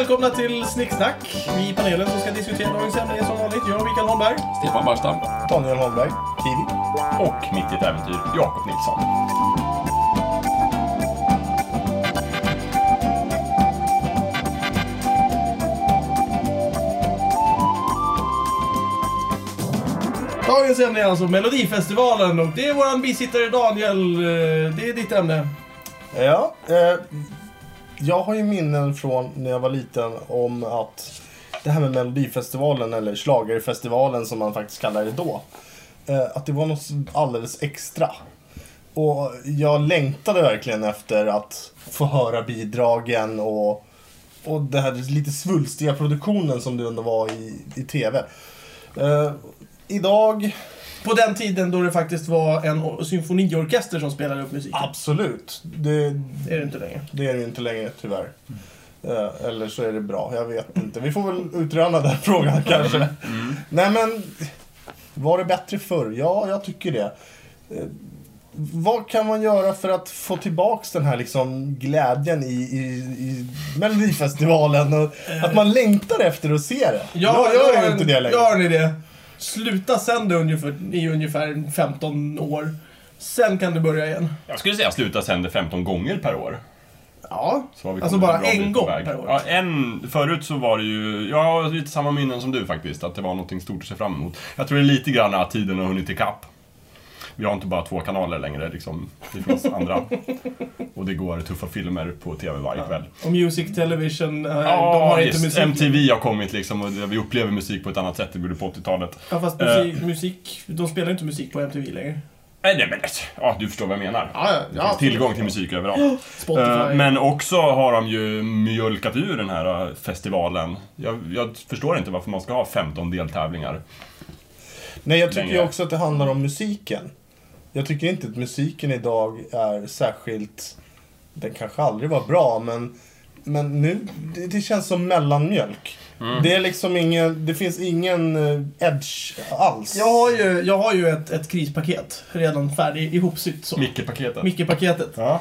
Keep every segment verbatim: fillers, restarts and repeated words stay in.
välkomna till Snicksnack. Vi i panelen som ska diskutera dagens ämne är som vanligt jag, Mikael Holmberg, Stefan Barstam, Daniel Holmberg, Kiwi och mitt i ett äventyr, Jakob Nilsson. Dagens ämne är alltså Melodifestivalen och det är våran bisittare Daniel. Det är ditt ämne. Ja, eh, jag har ju minnen från när jag var liten om att det här med Melodifestivalen, eller Schlagerfestivalen som man faktiskt kallar det då, eh, att det var något alldeles extra. Och jag längtade verkligen efter att få höra bidragen och, och det här lite svulstiga produktionen som det ändå var i, i tv. Eh, idag... På den tiden då det faktiskt var en symfoniorkester som spelade upp musiken. Absolut. Det, det är det inte längre. Det är det inte längre, tyvärr. Mm. Eller så är det bra, jag vet inte. Vi får väl utröna den frågan kanske. Mm. Nej men, var det bättre förr? Ja, jag tycker det. Vad kan man göra för att få tillbaks den här liksom glädjen i, i, i Melodifestivalen? Och att man längtar efter att se det. Ja, jag gör jag inte det längre. Gör ni det? Sluta sända ungefär, i ungefär femton år. Sen kan du börja igen. Jag skulle säga sluta sända femton gånger per år. Ja, så alltså bara en gång per år. Ja, en, förut så var det ju, jag har lite samma minnen som du faktiskt, att det var något stort att se fram emot. Jag tror det är lite grann att tiden har hunnit ikapp. Vi har inte bara två kanaler längre, liksom. Det finns andra. Och det går tuffa filmer på tv varje kväll. Och Music Television, äh, ja, de har just, inte musik. M T V har kommit liksom, och vi upplever musik på ett annat sätt. Det borde på åttiotalet. Ja, fast musik, uh, musik, de spelar inte musik på M T V längre. Nej, nej men ja, du förstår vad jag menar. Ja, ja, ja, tillgång till musik överallt. Spotify. Uh, men också har de ju mjölkat ur den här festivalen. Jag, jag förstår inte varför man ska ha femton deltävlingar. Nej, jag tycker ju också att det handlar om musiken. Jag tycker inte att musiken idag är särskilt... Den kanske aldrig var bra, men, men nu det, det känns som mellanmjölk. Mm. Det är liksom ingen... Det finns ingen edge alls. Jag har ju, jag har ju ett, ett krispaket redan färdig ihopsytt. Så. Micke-paketet. Micke-paketet. Ja.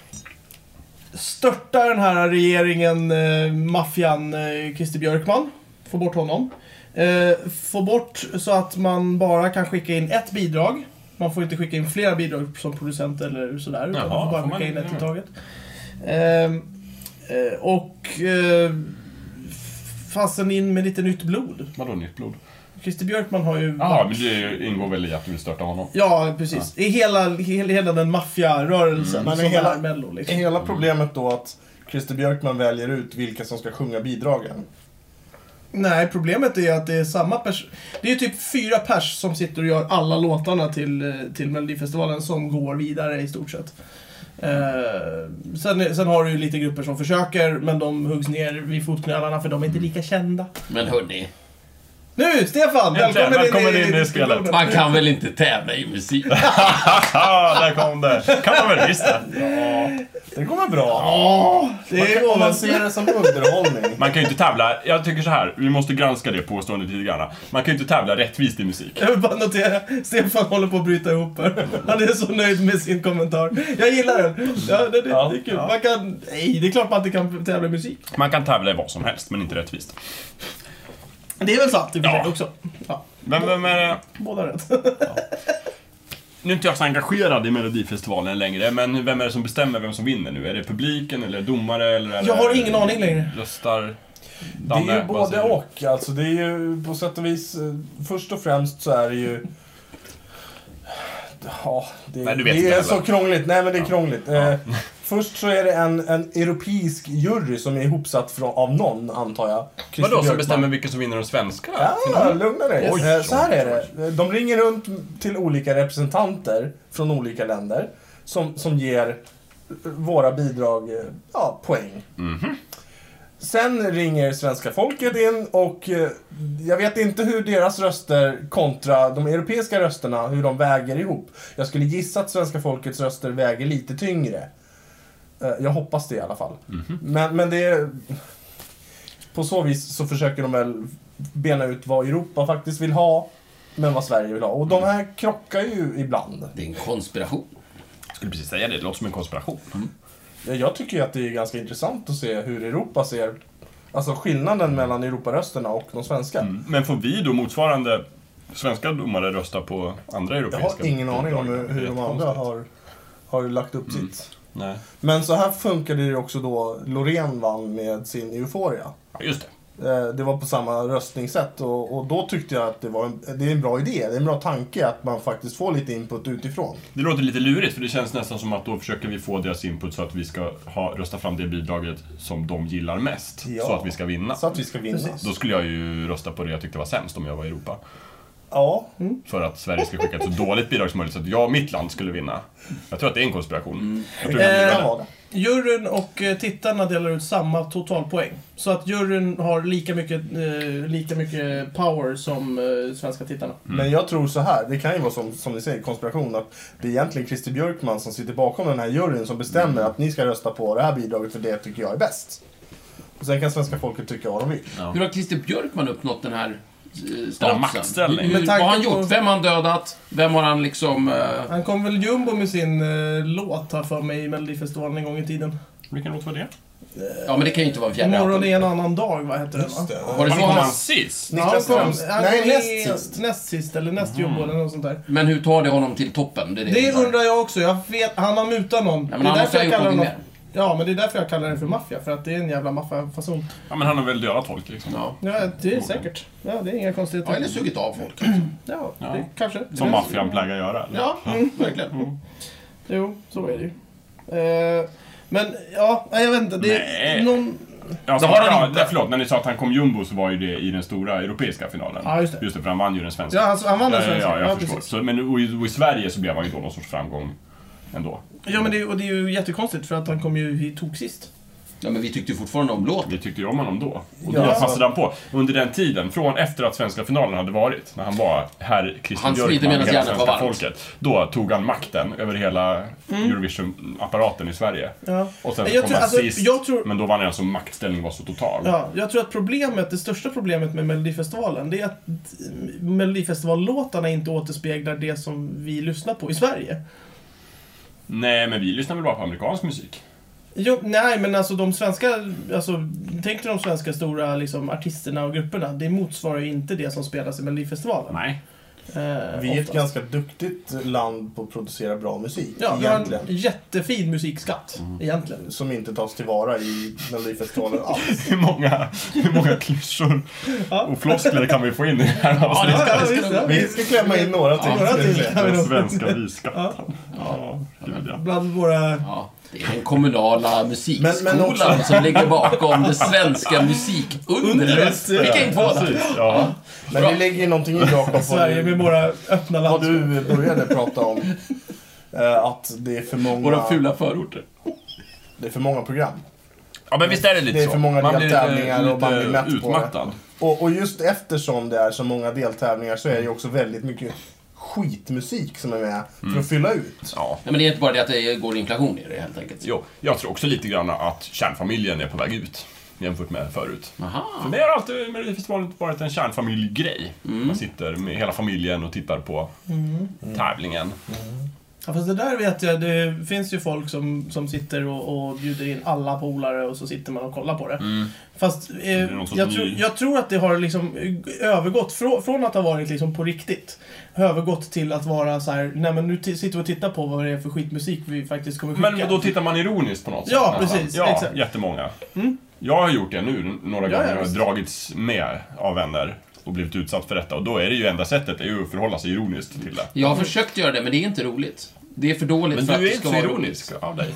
Störta den här regeringen, eh, maffian eh, Christer Björkman. Få bort honom. Eh, få bort så att man bara kan skicka in ett bidrag. Man får inte skicka in flera bidrag som producent eller sådär. Utan Jaha, man får bara skicka man, in ett ja. i taget. Ehm, eh, och eh, fasen in med lite nytt blod. Vadå nytt blod? Christer Björkman har ju... Ja, men det ingår väl i att du vill störta honom. Ja, precis. Ja. I hela, hela, hela den maffiarörelsen mm. som är hela, Mello. Liksom. Är hela problemet då att Christer Björkman väljer ut vilka som ska sjunga bidragen? Nej, problemet är att det är samma pers... Det är ju typ fyra pers som sitter och gör alla låtarna till, till Melodifestivalen som går vidare i stort sett. Eh, sen, sen har du ju lite grupper som försöker, men de huggs ner vid fotknölarna för de är inte lika kända. Men hörni... Nu, Stefan! Välkommen, välkommen in, in i, i spelet. Man kan väl inte tävla i musik? Där kom det. Kan man väl visst det? Ja, det kommer bra. Ja, det man kan går man se det som underhållning. Man kan ju inte tävla, jag tycker så här, vi måste granska det påståendet lite grann. Man kan ju inte tävla rättvist i musik. Jag vill bara notera, Stefan håller på att bryta ihop här. Han är så nöjd med sin kommentar. Jag gillar den. Ja, det, det, ja, det är kul. Ja. Man kan, nej, det är klart man inte kan tävla i musik. Man kan tävla i vad som helst, men inte rättvist. Det är väl sant i ja. också. Ja. Men vem är det? Båda rätt. Ja. Nu är inte jag så engagerad i Melodifestivalen längre, men vem är det som bestämmer vem som vinner nu? Är det publiken eller domare? Eller är jag har det, ingen aning längre. Röstar Danne, det är ju både och. Alltså, det är ju på sätt och vis... Först och främst så är det ju... Ja, det, Nej, du vet det är det så krångligt. Nej, men det är ja. krångligt. Ja. Eh, först så är det en, en europeisk jury som är ihopsatt från, av någon, antar jag. Christer Vadå, som bestämmer vilka som vinner de svenska? Ja, mm. lugna dig. Oj, eh, så här är det. De ringer runt till olika representanter från olika länder som, som ger våra bidrag ja, poäng. Mhm. Sen ringer svenska folket in och eh, jag vet inte hur deras röster kontra de europeiska rösterna, hur de väger ihop. Jag skulle gissa att svenska folkets röster väger lite tyngre. Eh, jag hoppas det i alla fall. Mm-hmm. Men, men det är... På så vis så försöker de väl bena ut vad Europa faktiskt vill ha, men vad Sverige vill ha. Och de här krockar ju ibland. Det är en konspiration. Jag skulle precis säga det, det låter som en konspiration. Mm. Jag tycker ju att det är ganska intressant att se hur Europa ser Alltså skillnaden mellan Europarösterna och de svenska. Mm. Men får vi då motsvarande svenska domare rösta på andra Jag europeiska? har ingen aning om bidrag? hur, hur de andra har, har lagt upp Mm. sitt. Nej. Men så här funkade det ju också då Loreen vann med sin Euphoria. Ja, just det. Eh, Det var på samma röstningssätt och, och då tyckte jag att det var en, det är en bra idé, det är en bra tanke att man faktiskt får lite input utifrån. Det låter lite lurigt, för det känns nästan som att då försöker vi få deras input så att vi ska ha, rösta fram det bidraget som de gillar mest. Ja. Så att vi ska vinna. Så att vi ska vinna. Precis. Då skulle jag ju rösta på det jag tyckte var sämst om jag var i Europa. Ja, För att Sverige ska skicka ett så dåligt bidrag som möjligt så att jag och mitt land skulle vinna. Jag tror att det är en konspiration. Jag tror Eh, att det det kan är vara det. Juryn och eh, tittarna delar ut samma totalpoäng. Så att juryn har lika mycket, eh, lika mycket power som eh, svenska tittarna. Men jag tror så här, det kan ju vara som, som ni säger, konspiration, att det är egentligen Christer Björkman som sitter bakom den här juryn som bestämmer att ni ska rösta på det här bidraget för det tycker jag är bäst. Och sen kan svenska folket tycka vad de vill. Ja. Hur har Christer Björkman uppnått den här eh, Den statusen? maktställning. Hur, Med vad tanke har han på- gjort? Vem har han dödat? Vem har han liksom... eh, Han kom väl jumbo med sin eh, låt här för mig i Melodifestivalen en gång i tiden. Vilken låt var det? Ja, men det kan ju inte vara en fjärde Imorgon rappen. är en annan dag, vad heter den va? Just det. Var det Han så kom han... han sist? Niklas Ja, han kom, Ströms- han Nej, kom näst i- sist. Näst sist, eller näst jumbo eller något sånt där. Men hur tar det honom till toppen? Det, är det, Det jag undrar. undrar jag också. Jag vet, han har mutat någon. Ja, men han måste ha gjort någonting mer. Ja, men det är därför jag kallar det för maffia. För att det är en jävla maffiafason. Ja, men han har väl dödat folk liksom. Ja. Ja, det är säkert. Ja, det är inga konstigheter. Ja, eller sugit av folk. Ja, Ja. det kanske. Som maffian plägar göra. Eller? Ja, mm. Verkligen. Jo, så är det ju. Eh, men, ja, nej, jag vet inte. Det är Nej. någon... Ja, så, Det har han ja, inte. nej, förlåt, när ni sa att han kom jumbo så var ju det i den stora europeiska finalen. Ja, just det. Just det, för han vann ju den svenska. Ja, alltså, han vann den ja, ja, svenska. ja, jag Ja, förstår. precis. Så, men och i, och i Sverige så blev han ju då någon sorts framgång ändå. Ja, men det, och det är ju jättekonstigt för att han kom ju i tok sist. Ja, men vi tyckte ju fortfarande om låten. Vi tyckte ju om honom då. Och då Ja. passade han på. Under den tiden, från efter att svenska finalen hade varit, när han var herr Christer Han slider Björkman, medan hela järnet var svenska varmt. folket. Då tog han makten över hela Eurovision-apparaten i Sverige. Ja. Och sen så Jag kom tror- han alltså, sist, jag tror- men då var han alltså maktställningen var så total. Ja, jag tror att problemet, det största problemet med Melodifestivalen, det är att Melodifestivallåtarna inte återspeglar det som vi lyssnar på i Sverige. Nej, men vi lyssnar väl bara på amerikansk musik. Jo, nej, men alltså de svenska, alltså, tänk dig de svenska stora liksom, artisterna och grupperna, det motsvarar ju inte det som spelas i Melodifestivalen. Nej. Eh, Vi är ett oftast. ganska duktigt land på att producera bra musik, Ja, vi har egentligen. en jättefin musikskatt, egentligen. Som inte tas tillvara i Melodifestivalen alls. Hur många, hur många klyschor och floskler kan vi få in i det här Ja, det avsnittet? ska, det visst, ska ja. nog bli. Vi ska klämma in några till. några till. ska vi säga. Ja, Den svenska visskatten. Ja. Ja, gud ja. Bland våra... Ja, det är den kommunala musikskolan Men- men också- som ligger bakom det svenska musikundret. Vi kan inte få det. Precis, ja. Men vi lägger ju någonting i Jakob vad Sverige med du, våra öppna vad landskap. du började prata om. Eh, Att det är för Våra många, fula förorter. det är för många program. Ja, men visst är det lite Det är så. för många Man blir lite, deltävlingar och man blir mätt på det. utmattad. Och, och just eftersom det är så många deltävlingar så är det ju också väldigt mycket skitmusik som är med för att fylla ut. Ja. Nej, men det är inte bara det att det går inflation i det helt enkelt. Jo, jag tror också lite grann att kärnfamiljen är på väg ut jämfört med förut. Aha. För mig har alltid Melodifestivalen varit en kärnfamiljgrej. Man sitter med hela familjen och tittar på tävlingen. Ja, fast det där vet jag, det finns ju folk som, som sitter och, och bjuder in alla polare och så sitter man och kollar på det. Mm. Fast eh, är någon sorts jag, ny- tror, jag tror att det har liksom övergått, från, från att ha varit liksom på riktigt, övergått till att vara så här: nej men nu t- sitter vi och tittar på vad det är för skitmusik vi faktiskt kommer skicka. Men då tittar man ironiskt på något sätt. Ja, nästan. precis, Ja, exakt. jättemånga. Mm. Jag har gjort det nu några Ja, gånger ja, och har visst. dragits med av vänner och blivit utsatt för detta. Och då är det ju enda sättet är ju att förhålla sig ironiskt till det. Jag har försökt göra det, men det är inte roligt. Det är för dåligt Men för att du är det inte ska så vara ironisk av dig.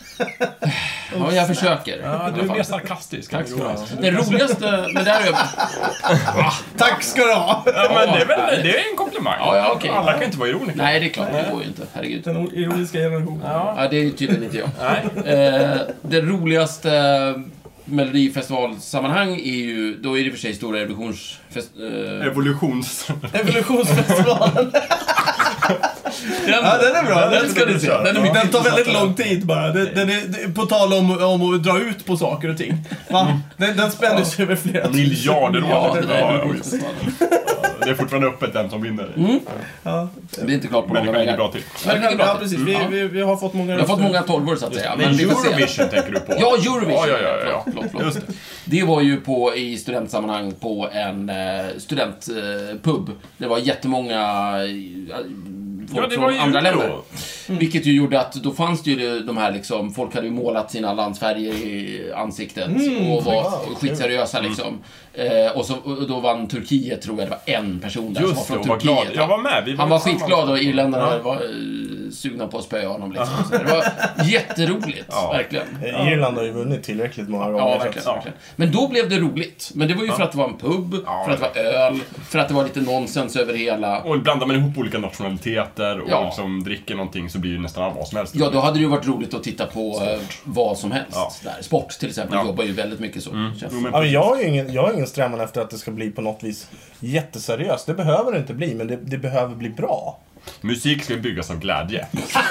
Ja, jag försöker. Ja, du är mer sarkastisk. Tack ska du ha. Det roligaste, men där är jag... Tack ska du ha! Ja, men det är väl det är en komplimang. Ja, ja, okej. Alla kan inte vara ironiker. Nej, det är klart, det går ju inte. Herregud. Den ironiska generationen. Ja, det är ju tydligen inte jag. Nej. Eh, det roligaste Melodifestivalsammanhang är ju, då är det i och för sig stora evolutionsfest... Eh, Evolutions... Evolutionsfestivalen. Ja, den är bra. Den ska du se. Den är mycket Den tar väldigt intressantare. lång tid bara. Den, den är, det är på tal om, om att dra ut på saker och ting. Va? Den, den spänner sig över flera Miljarder år. Ja, det där Ja, är ja, Evolutionsfestivalen. Det är fortfarande öppet vem som vinner. Mm. Ja. Det är inte klart på Men många det ligger vägar. bra till. Men det ligger bra Ja, till. precis. Mm. Vi, Ja. vi, vi har fått många Vi har fått röster. många tolvor så att säga. Men vi får se. Eurovision tänker du på? Ja, Eurovision. Ja, ja, ja, ja. Förlåt, förlåt, Just förlåt. det. Det var ju på, i studentsammanhang på en eh, studentpub. Eh, det var jättemånga eh, folk Ja, det var från ju andra då. länder. Mm. Vilket ju gjorde att då fanns det ju de här liksom, folk hade ju målat sina landsfärger i ansiktet Mm, och var wow, skitseriösa Mm. liksom. Eh, och, så, och då vann Turkiet, tror jag, det var en person där Just som det, var och från var Turkiet. glad. Jag var med. Vi Han var tillsammans. skitglad och irländarna Ja. var eh, sugna på att spöa honom liksom. Så det var jätteroligt, Ja. verkligen. Eh, Irland har ju vunnit tillräckligt många gånger. Ja, så att- verkligen, verkligen. Men då blev det roligt. Men det var ju för att det var en pub, Ja, för att det var öl, för att det var lite nonsens över hela. Och blandar man ihop olika nationaliteter och Ja. liksom dricker någonting så blir det nästan vad som helst. Ja, då hade det ju varit roligt att titta på eh, vad som helst. Ja. Där. Sport till exempel Ja. jobbar ju väldigt mycket så. Känns. Jo, men Ja, men jag har ju ingen, jag har ingen strävan efter att det ska bli på något vis jätteseriöst. Det behöver det inte bli, men det, det behöver bli bra. Musik ska byggas av glädje.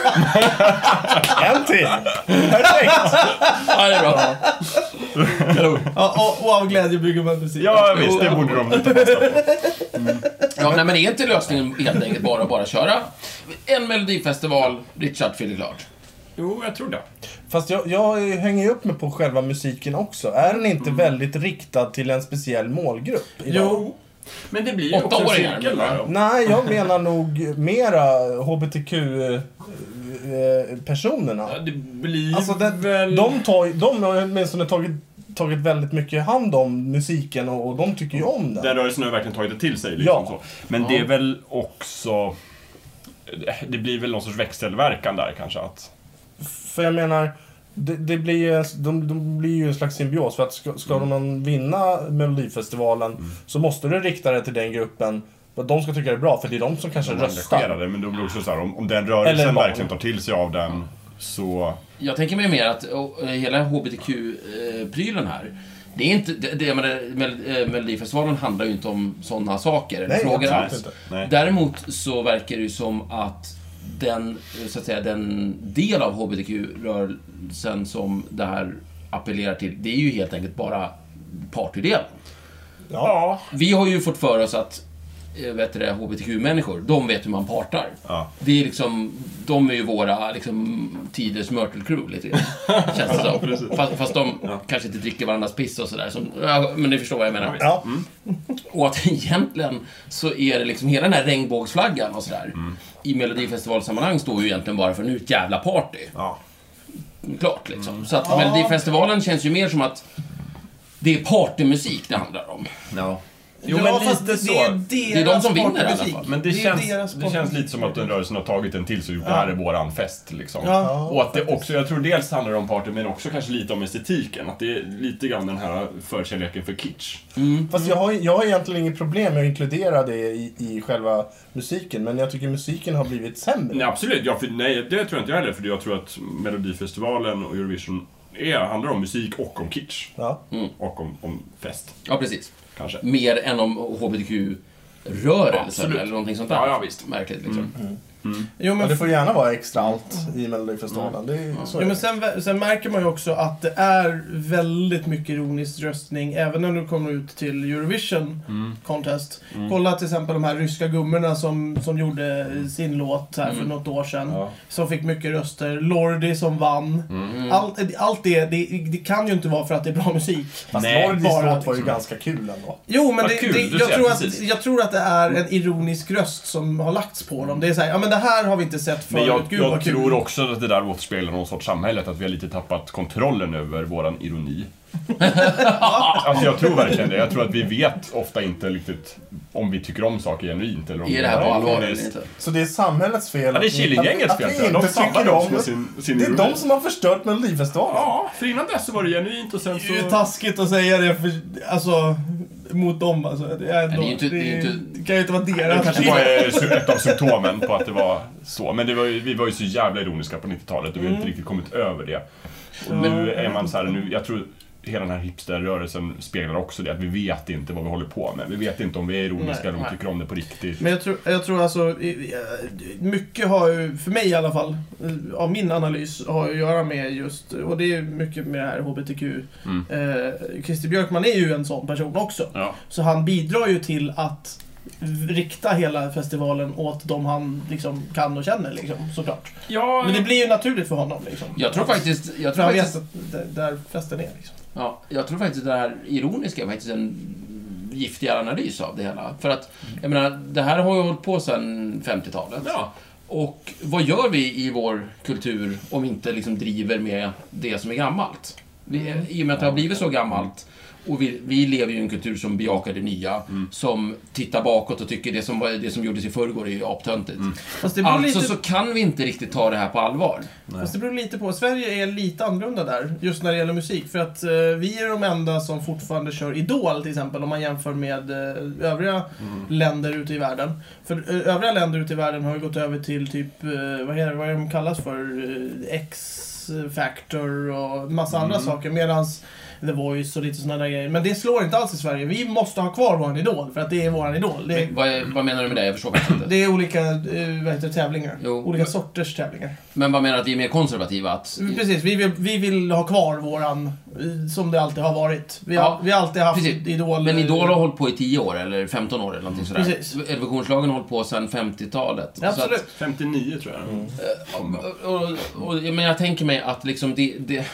En till! Perfekt! Ja, det är bra. Kanon. Ja, och, och av glädje bygger man musik. Ja, visst, det borde de ta fasta på. Ja, nej, men är inte lösningen helt enkelt bara att bara köra en melodifestival, Richard fyller klart? Jo, jag tror det. Fast jag, jag hänger ju upp mig på själva musiken också. Är den inte väldigt riktad till en speciell målgrupp idag? Jo. Men det blir ju också en Åttaåringar, cirkel menar där. jag. Nej, jag menar nog mera H B T Q-personerna. Ja, det blir Alltså, det, väl... de, tar, de har åtminstone tagit, tagit väldigt mycket hand om musiken och, och de tycker ju om den. Den rörelsen har verkligen tagit det till sig. Liksom, Ja. så. Men det är väl också... Det blir väl någon sorts växelverkan där kanske. Att... För jag menar, det, det blir ju en, de, de blir ju en slags symbios. För att ska, ska man vinna Melodifestivalen Mm. så måste du rikta det till den gruppen. För att de ska tycka det är bra, för det är de som kanske De är röstar. engagerade, men då blir det också så här, om, om den Eller rörelsen barn. verkligen tar till sig av den så... Jag tänker mig mer att oh, hela H B T Q-prylen här, det är inte, det, det, jag menar, Mel- eh, Melodifestivalen handlar ju inte om sådana saker eller Nej, frågor absolut alls. inte. Nej. Däremot så verkar det ju som att den, så att säga, den del av H B T Q-rörelsen som det här appellerar till, det är ju helt enkelt bara partydelen. Ja. Vi har ju fått för oss att eh, vet du det, H B T Q-människor, de vet hur man partar. Ja. Det är liksom, de är ju våra liksom, tiders Myrtle Crew lite grann, känns det som. Fast, fast de kanske inte dricker varandras piss och sådär. Som, ja, men ni förstår vad jag menar. Ja. Och att egentligen så är det liksom hela den här regnbågsflaggan och sådär. I Melodifestivalsammanhang står ju egentligen bara för nu ett jävla party. Ja. Klart liksom. Så att Melodifestivalen känns ju mer som att det är partymusik det handlar om. Ja. Jo, Jo, men men fast lite det, det är så. deras Det är de som vinner i alla partymusik. fall. Men det, är känns, deras det känns partymusik. lite som att den rörelsen har tagit den till sig och gjort det här är våran fest liksom. Ja. Och att det också, jag tror dels handlar det om party men också kanske lite om estetiken. Att det är lite grann den här förkärleken för kitsch. Fast jag har, jag har egentligen inget problem med att inkludera det i, i själva musiken. Men jag tycker musiken har blivit sämre. Nej, absolut. Ja, för, nej, det tror jag inte jag heller. För jag tror att Melodifestivalen och Eurovision är, handlar om musik och om kitsch. Ja. Och om, om fest, Ja, precis. kanske. Mer än om H B T Q-rörelsen Absolut. eller någonting sånt där. Ja, ja, visst. Märkligt liksom. Jo, Ja, men det får gärna vara extra allt i Melodifestivalen. Det är, så är Ja, men det. sen, sen märker man ju också att det är väldigt mycket ironisk röstning även när du kommer ut till Eurovision Contest. Kolla till exempel de här ryska gummorna som, som gjorde sin låt här för Mm. något år sedan. Ja. Som fick mycket röster. Lordi som vann. Mm. Allt, allt det, det, det kan ju inte vara för att det är bra musik. Fast Nej, Lordis bara låt var ju liksom. ganska kul ändå. Jo, men Vad det, kul, det, du jag, ser, tror att, precis. jag tror att det är en ironisk röst som har lagts på dem. Det är så här, ja men det här har vi inte sett förut. Men jag, Gud jag vad kul. tror också att det där återspeglar någon sorts samhället, att vi har lite tappat kontrollen över våran ironi. Alltså jag tror verkligen det. Jag tror att vi vet ofta inte riktigt om vi tycker om saker genuint eller om Är det här på är allvar eller ironiskt. inte? Så det är samhällets fel Ja, det är att vi- Killinggängets att vi- fel, att tror vi jag. De inte tycker sabbar om också sin- sin Det är ironi. de som har förstört Melodifestivalen. Ja, för innan dess så var det genuint och sen Det är ju så... taskigt att säga det för, alltså, mot dem. Alltså. Det, är ändå, Nej, det är ju inte- det är ju det, inte- det kan ju inte vara Det deras kanske fel. var eh, ett av symptomen på att det var så. Men det var ju, vi var ju så jävla ironiska på nittiotalet och vi har inte riktigt kommit över det. Och nu är man så här, nu, jag tror hela den här hipsterrörelsen speglar också det, att vi vet inte vad vi håller på med. Vi vet inte om vi är ironiska Nej, eller om vi nej. tycker om det på riktigt. Men jag tror, jag tror alltså, i- i- mycket har ju, för mig i alla fall, eh, av min analys, har att göra med just, och det är mycket med det här H B T Q. Mm. Eh, Christer Björkman är ju en sån person också. Ja. Så han bidrar ju till att rikta hela festivalen åt de han liksom kan och känner, liksom, såklart. Ja, Men det blir ju naturligt för honom, liksom. Jag tror faktiskt... Jag För tror han faktiskt vet att det, där festen är, liksom. Ja, jag tror faktiskt det här ironiska är faktiskt en giftigare analys av det hela. För att, jag menar, det här har ju hållit på sedan femtiotalet. Ja. Och vad gör vi i vår kultur om vi inte liksom driver med det som är gammalt? Vi, I och med att det har blivit så gammalt, och vi, vi lever ju i en kultur som bejakar det nya, mm. som tittar bakåt och tycker det som, det som gjordes i förrgår är ju aptöntigt. Mm. Alltså lite... så kan vi inte riktigt ta det här på allvar. Nej. Fast det beror lite på. Sverige är lite annorlunda där, just när det gäller musik. För att eh, vi är de enda som fortfarande kör Idol, till exempel, om man jämför med eh, övriga mm. länder ute i världen. För eh, övriga länder ute i världen har ju gått över till typ, eh, vad, är, vad är de kallas för? Eh, X-Factor och massa mm. andra saker. Medans The Voice och lite sådana där grejer. Men det slår inte alls i Sverige. Vi måste ha kvar vår idol, för att det är vår idol. Det är, vad, är, vad menar du med det? Jag förstår faktiskt inte. Det är olika uh, vad heter det, tävlingar. Jo. Olika sorters tävlingar. Men vad menar du att vi är mer konservativa? Att... Precis, vi vill, vi vill ha kvar våran, som det alltid har varit. Vi har, ja, vi har alltid haft precis. Idol. Men Idol har hållit på i tio år, eller femton år, eller någonting sådär. Precis. Eurovisionslagen har hållit på sedan femtiotalet. Ja, absolut. Att, femtionio tror jag. Mm. Och, och, och, och, men jag tänker mig att liksom det... det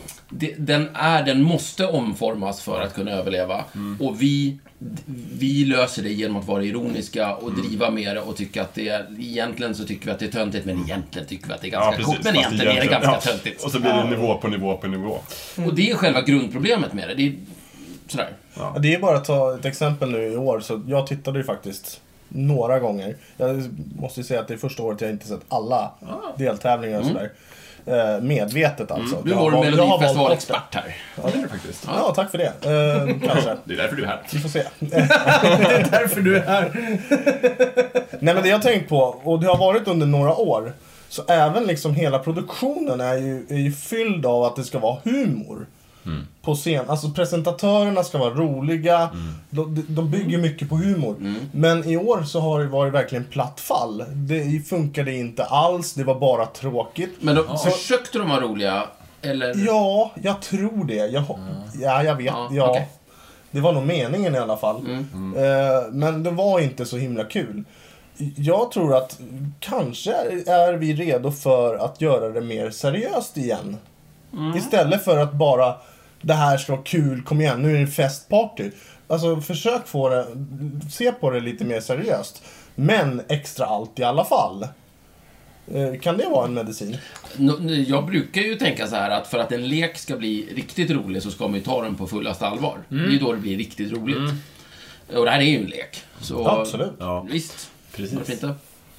den, är, den måste omformas för att kunna överleva. Mm. Och vi, vi löser det genom att vara ironiska och mm. driva med det och tycka att det är... Egentligen så tycker vi att det är töntigt, men egentligen tycker vi att det är ganska ja, coolt. Men egentligen, egentligen är det ganska ja. töntigt. Och så blir det nivå på nivå på nivå. Mm. Och det är själva grundproblemet med det. Det är sådär. Ja. Det är bara att ta ett exempel nu i år. Så jag tittade ju faktiskt några gånger. Jag måste säga att det är första året jag inte sett alla ah. deltävlingar och sådär. Mm. Medvetet alltså. Mm. Du var en Melodifestival-expert här. Ja, det är det faktiskt. Ja, ja, tack för det. Eh, kanske. Det är därför du är här. Vi får se. Det är därför du är här. Nej, men det jag har tänkt på, och det har varit under några år, så även liksom hela produktionen är ju, är ju fylld av att det ska vara humor. Mm. På scen. Alltså presentatörerna ska vara roliga. Mm. De, de bygger mycket på humor. Mm. Men i år så har det varit verkligen platt fall. Det funkade inte alls. Det var bara tråkigt. Men då, så, försökte de vara roliga? Eller? Ja, jag tror det. Jag, mm. Ja, jag vet. Ja, ja. Okay. Det var nog meningen i alla fall. Mm. Mm. Uh, men det var inte så himla kul. Jag tror att kanske är vi redo för att göra det mer seriöst igen. Mm. Istället för att bara det här ska vara kul, kom igen, nu är det festparty. Alltså försök få det, se på det lite mer seriöst. Men extra allt i alla fall. Eh, kan det vara en medicin? Jag brukar ju tänka så här att för att en lek ska bli riktigt rolig så ska man ju ta den på fullaste allvar. Mm. Det är ju då det blir riktigt roligt. Mm. Och det här är ju en lek. Så, ja, absolut. Ja. Visst, precis. Inte?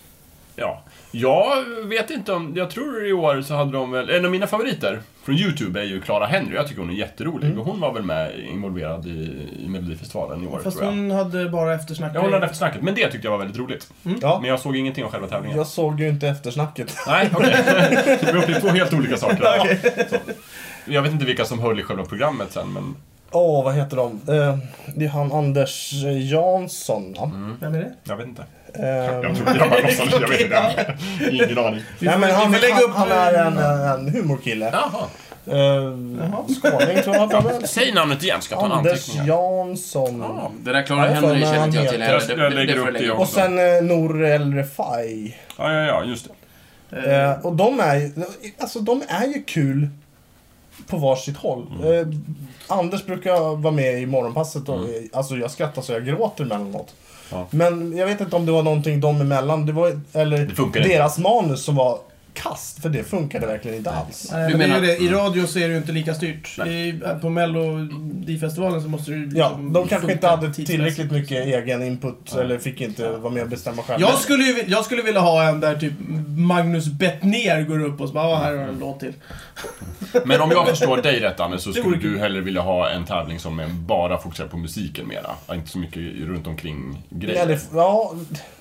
Ja. Jag vet inte om, jag tror i år så hade de väl, en av mina favoriter från YouTube är ju Clara Henry. Jag tycker hon är jätterolig. Mm. Och hon var väl med involverad i, i Melodifestivalen i år. Fast tror jag. Hon hade bara eftersnacket. Ja, hon hade eftersnacket. Men det tyckte jag var väldigt roligt. Mm. Ja. Men jag såg ingenting av själva tävlingen. Jag såg ju inte eftersnacket. Nej, okej. Okay. Vi har upplevt två helt olika saker. Okay. Jag vet inte vilka som höll i själva programmet sen, men... Åh, oh, vad heter de? Eh, det är han Anders Jansson. Ja. Mm. Vem är det? Jag vet inte. Um... Jag tror jag bara låtsas, jag vet inte. Ingen aning. Nej, men han, han, han är en, en humorkille. Jaha. Uh, skåning tror jag. Ja, säg namnet igen, ska ta en Anders Jansson. Ja, det där Clara Henry känner inte jag till heller. Jag, jag lägger upp det också. Och sen uh, Nour El Refai. Ja, ja, ja, just det. Uh, och de är, alltså, de är ju kul på varsitt håll. Mm. Uh, Anders brukar vara med i morgonpasset och mm. alltså jag skrattar så jag gråter emellanåt. Ja. Men jag vet inte om det var någonting dem emellan. Det var, eller det deras inte. Manus som var kast. För det funkade verkligen inte alls. Nej, men menar... det, I radio så är det ju inte lika styrt. I, på Melodifestivalen så måste du... Ja, de kanske inte hade tillräckligt mycket egen input. Ja. Eller fick inte ja. vara med och bestämma själv. Jag skulle, ju, jag skulle vilja ha en där typ Magnus Bettner går upp och så bara, här har en låt till. Men om jag förstår dig rätt, Anne, så skulle du hellre vilja ha en tävling som är bara fokuserar på musiken mera. Inte så mycket runt omkring grejer. Ja, det, ja,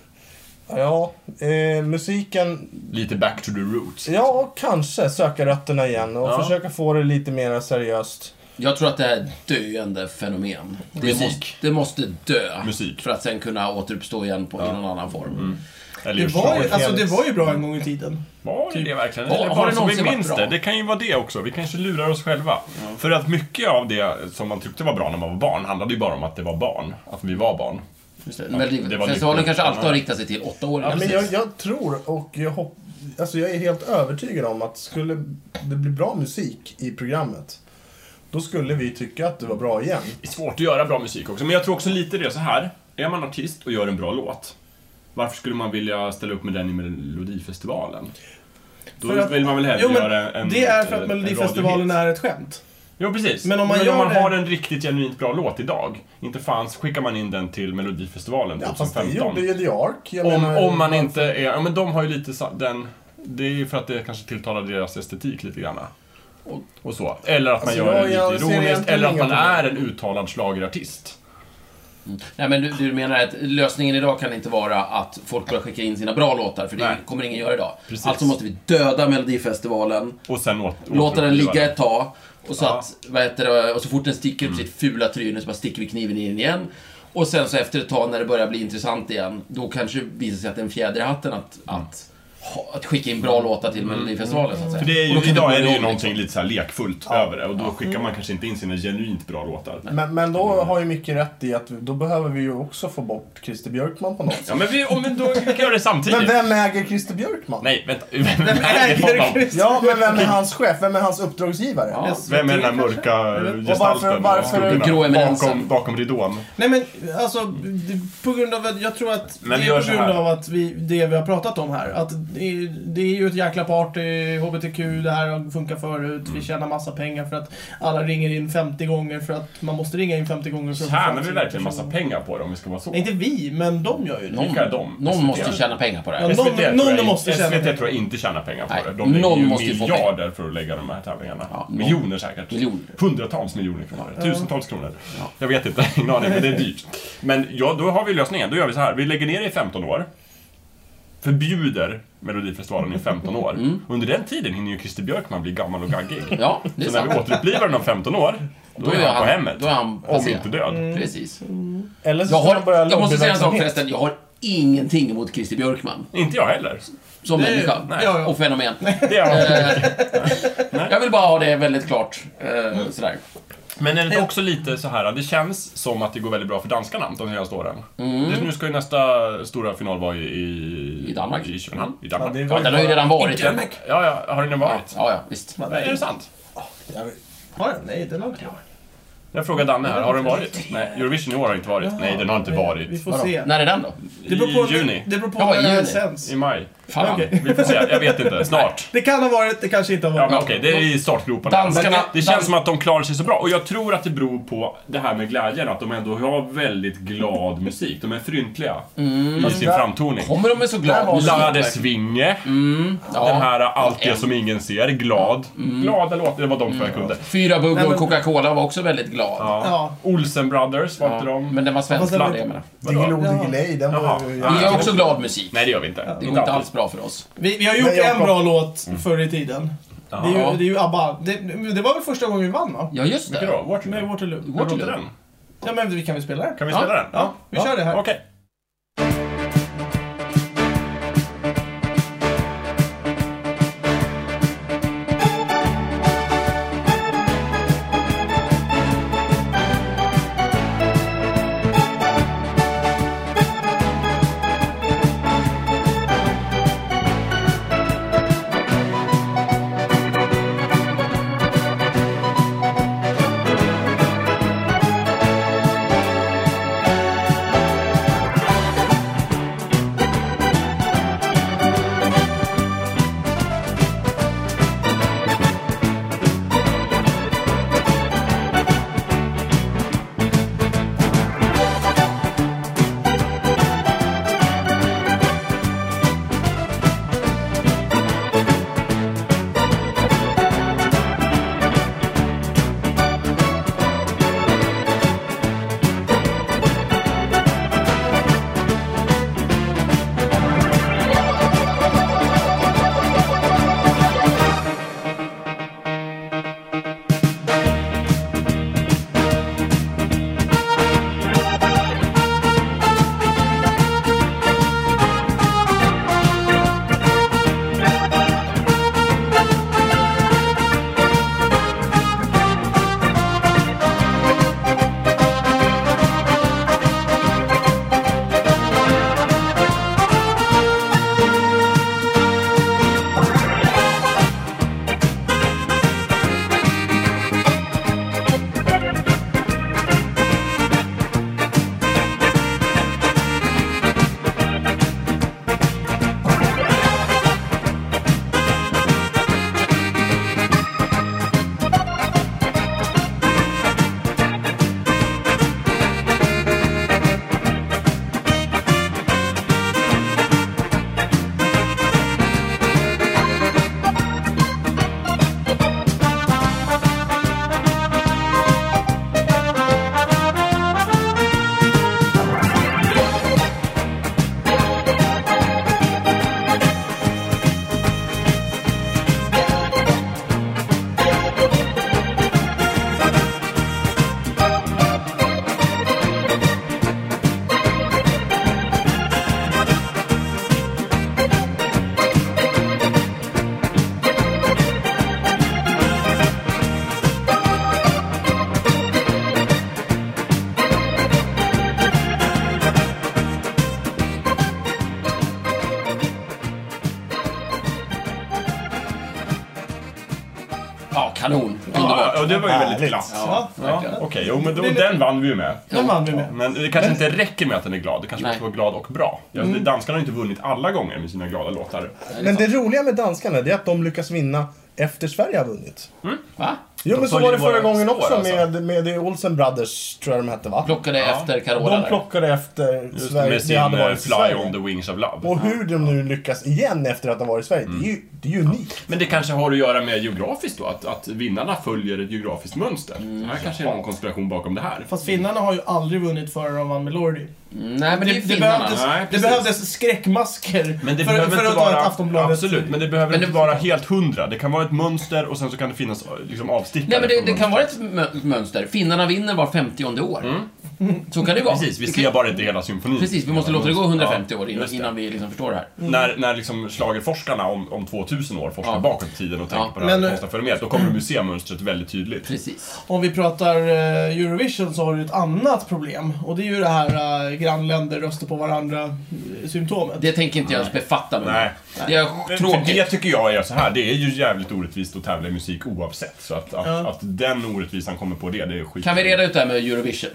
ja eh, musiken... Lite back to the roots. Ja, kanske söka rötterna igen och ja. försöka få det lite mer seriöst. Jag tror att det är ett döende fenomen. Det Musik. Måste, det måste dö Musik. För att sen kunna återuppstå igen på ja. någon annan form. Mm. Det var, ju, alltså, det var ju bra en gång i tiden. Var det typ. verkligen? Var, Eller har bara det som vi minns bra? det. Det kan ju vara det också. Vi kanske lurar oss själva. Ja. För att mycket av det som man tyckte var bra när man var barn handlade ju bara om att det var barn. Att vi var barn. Just det. Ja, Melodifestivalen nytt. kanske alltid har riktat sig till åttaåringar. Ja, men jag, jag tror och jag hopp, alltså jag är helt övertygad om att skulle det bli bra musik i programmet, då skulle vi tycka att det var bra igen. Det är svårt att göra bra musik också, men jag tror också lite det så här. Är man artist och gör en bra låt, varför skulle man vilja ställa upp med den i Melodifestivalen? Då För att- vill man väl hellre Jo, men göra en det är för en- att en Melodifestivalen radiohit. är ett skämt. Jo, precis. Men om man men gör om man det- har en riktigt genuint bra låt idag, inte fanns skickar man in den till Melodifestivalen Ja, fast det tjugohundrafemton. gjorde ju The Ark. Jag Om, menar, om man varför- inte är... Ja, men de har ju lite sa- den... Det är ju för att det kanske tilltalar deras estetik lite grann. Och, och så. Eller att man Alltså, gör jag- det lite jag ser ironiskt. egentligen Eller att inga man är en problem. uttalad schlagerartist. Nej, men du, du menar att lösningen idag kan inte vara att folk börjar skicka in sina bra låtar, för det Nej. kommer ingen göra idag. Precis. Alltså måste vi döda Melodifestivalen, Och sen åt, låta den återuppliva ligga det. ett tag, och så, Ja. att, vad heter det, och så fort den sticker upp sitt fula tryne så bara sticker vi kniven i den igen. Och sen så efter ett tag när det börjar bli intressant igen, då kanske visar sig att det är en fjäder i hatten att, att, ha, att skicka in bra låtar till Melodifestivalen, så att säga. För det är Och då ju, kan idag gå är det ju igång, någonting liksom. lite så här lekfullt över det. Och då skickar man kanske inte in sina genuint bra låtar. Men, men då har ju mycket rätt i att då behöver vi ju också få bort Christer Björkman på något sätt. Ja, men, vi, om, men då kan vi göra det samtidigt. Men vem äger Christer Björkman? Nej, vänta. Vem, Vem äger honom? Christer? Ja, men vem är hans chef? Vem är hans uppdragsgivare? Ja. Vem är den här mörka Och gestalten? varför- varför- skuggorna Grå eminensen. bakom, bakom ridån? Nej men, alltså, det, på grund av att, jag tror att Men det vi är gör på så grund här. av att vi, det vi har pratat om här. Att det, är- det är ju ett jäkla party, H B T Q, det här har funkat förut, Mm. vi tjänar massa pengar för att alla ringer in femtio gånger för att man måste ringa in femtio gånger för att få Tjänar fram vi sin verkligen person. massa pengar på det om vi ska vara så? Nej, inte vi, men de gör ju det. Någon, Vilka är de? någon S V T? måste ju tjäna pengar på det här. Ja, S V T, någon- tror någon jag, måste tjäna S V T pengar. tror jag inte tjänar pengar på Nej, det. De lägger någon ju måste ju få miljarder för att lägga de här tävlingarna. Ja, någon- Miljoner säkert. Miljoner. Hundratals miljoner kronor. Ja. Tusentals kronor. Ja. Jag vet inte, ingen aning, men det är dyrt. Men ja, då har vi lösningen. Då gör vi så här. Vi lägger ner det i femton år. Förbjuder Melodifestivalen i femton år. Mm. Under den tiden hinner ju Christer Björkman bli gammal och gaggig. Ja, det är Så när vi sant. återupplivar den om femton år, då, är han på hemmet. Då är han Om passerad. inte död. Mm. Precis. Eller så Jag, ska har, man börja jag måste säga en sak lobbyverksamhet. förresten. Jag har ingenting emot Christer Björkman. Inte jag heller. Som Det- människa. nej. Ja, ja. Och fenomen. Det är Eh, jag vill bara ha det väldigt klart. Eh, sådär. Men är det inte också lite så här, det känns som att det går väldigt bra för danskarna de senaste åren. Mm. Det, nu ska ju nästa stora final vara i... I, I Danmark. I Köpenhamn. I Danmark. Ja, det Ja, var Ja, den har ju redan varit. ja, ja, har den varit? Ja, ja, visst. Är det sant? Jag vet- Har den? Nej, den har inte varit. Jag frågar Danne här, har den varit? Nej, Eurovision i år har inte varit. Nej, den har inte Vi varit. får Vadå? se. När är den då? Det beror på, I juni. Det beror på Ja, när i det här juni. sänds. I maj. Fan. Okej. Vi får se, jag vet inte. Snart. Det kan ha varit, det kanske inte har Ja, varit. men okej, det är i startgroparna. Danskarna- Men det, det känns dans- som att de klarar sig så bra. Och jag tror att det beror på det här med glädjen. Att de ändå har väldigt glad musik. De är fryntliga i sin där- framtoning. Kommer de med så Där glad var musik? La de verkligen? Svinge. Mm, ja. Den här Allt det En. som ingen ser. Glad. Glada låtar, det var de två jag kunde. Fyra bugg Nej, och men- Coca-Cola var också väldigt glad. Ja. Ja. Olsen Brothers, var Ja, inte de? men den var Fast den svenskflagg, var- jag menar. Diggiloo Ja. Diggiley, den var Jaha. ju... Ja. Vi har också glad musik. Nej, det gör vi inte. Det går inte inte alltid. alls bra för oss. Vi, vi har gjort Men jag en kom- bra låt förr i tiden. Det är, Ja. ju, det är ju ABBA. Det, det var väl första gången vi vann, va? Ja, just Vilken det. då? Waterloo? Med Waterloo. Hur låter den? Ja, men vi kan väl spela den? Kan vi Ja. spela den? Ja, vi kör det här. Okej. Thank Och det var ju väldigt Härligt. glatt. Ja, Ja, verkligen. Okej, jo, men då, Det är lite- den vann vi ju med. Den vann vi med. Men det kanske inte räcker med att den är glad. Det kanske Nej. måste vara glad och bra. Ja, Mm. Danskarna har inte vunnit alla gånger med sina glada låtar. Men det roliga med danskarna det är att de lyckas vinna efter Sverige har vunnit. Va? Jo, De men så följer var det förra våra gången spår, också alltså. med, med The Olsen Brothers, tror jag de hette, va? Plockade Ja. efter Carola De där. plockade efter Just Sverige. med Det sin hade eh, varit i Fly Sverige. on the Wings of Love. Och hur de nu lyckas igen efter att ha varit i Sverige, det är ju, det är ju unikt. Men det kanske har att göra med geografiskt då, att, att vinnarna följer ett geografiskt mönster. Mm. Så här kanske är någon konspiration bakom det här. Fast finnarna har ju aldrig vunnit förrän de vann med Lordi. Mm, Nej, men det är Det, det, finnarna. behövdes, Nej, det precis. behövdes skräckmasker Men det för, behöver för inte att ta vara... ett Aftonbladet. Absolut, men det behöver Men inte det- vara helt hundra. Det kan vara ett mönster och sen så kan det finnas liksom avstickare. Nej, men det, från det kan vara mönstret. ett mö- mönster. Finnarna vinner var femtionde år. Så kan det vara. Precis, vi Det ser kan- bara inte hela symfonin. Precis, vi måste låta det gå hundrafemtio Ja, år innan, just det. innan vi liksom förstår det här. När, när liksom schlagerforskarna om, om tvåtusen år forskar Ja. bakåt i tiden och tänker Ja. på det här Men, med konstiga fenomenet, då kommer de ju se mönstret väldigt tydligt. Precis. Om vi pratar eh, Eurovision så har du ett annat problem. Och det är ju det här uh, grannländer röstar på varandra eh, symptomet. Det tänker inte jag ens befatta mig Nej. med. Det är Men tråkigt. För det tycker jag är så här, det är ju jävligt orättvist att tävla i musik oavsett. Så att, att, Ja. att den orättvisan kommer på det, det är skit. Kan vi reda ut det här med Eurovision?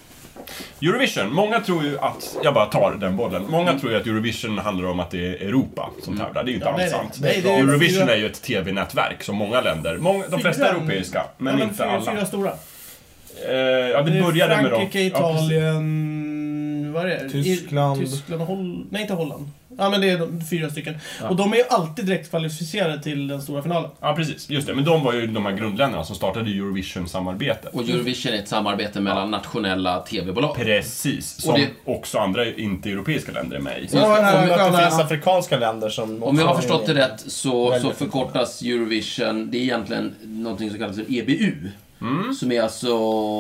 Eurovision, många tror ju att, jag bara tar den bollen, många tror ju att Eurovision handlar om att det är Europa som tävlar. Det är ju inte Ja, nej, alls nej. sant. Nej, det är Eurovision fyra- är ju ett tv-nätverk som många länder, många, de flesta Fyra- europeiska, men, Ja, men inte fyra, alla. Fyra stora. Eh, ja, det, Det är började med dem. Frankrike, Ja, precis. Italien... vad är det? Tyskland. I, Tyskland och Holland. Nej, inte Holland. Ja, men det är de, fyra stycken. Och de är ju alltid direkt kvalificerade till den stora finalen. Ja, precis. Just det. Men de var ju de här grundländerna som startade Eurovision-samarbetet. Och Eurovision är ett samarbete mellan nationella tv-bolag. Precis. Som Och det- också andra inte-europeiska länder är med i. Ja, den här Och att det sköna- finns afrikanska länder som Om jag har också förstått det är med. rätt så, Väldigt så förkortas Eurovision, det är egentligen någonting som kallas för E B U. Mm. Som är alltså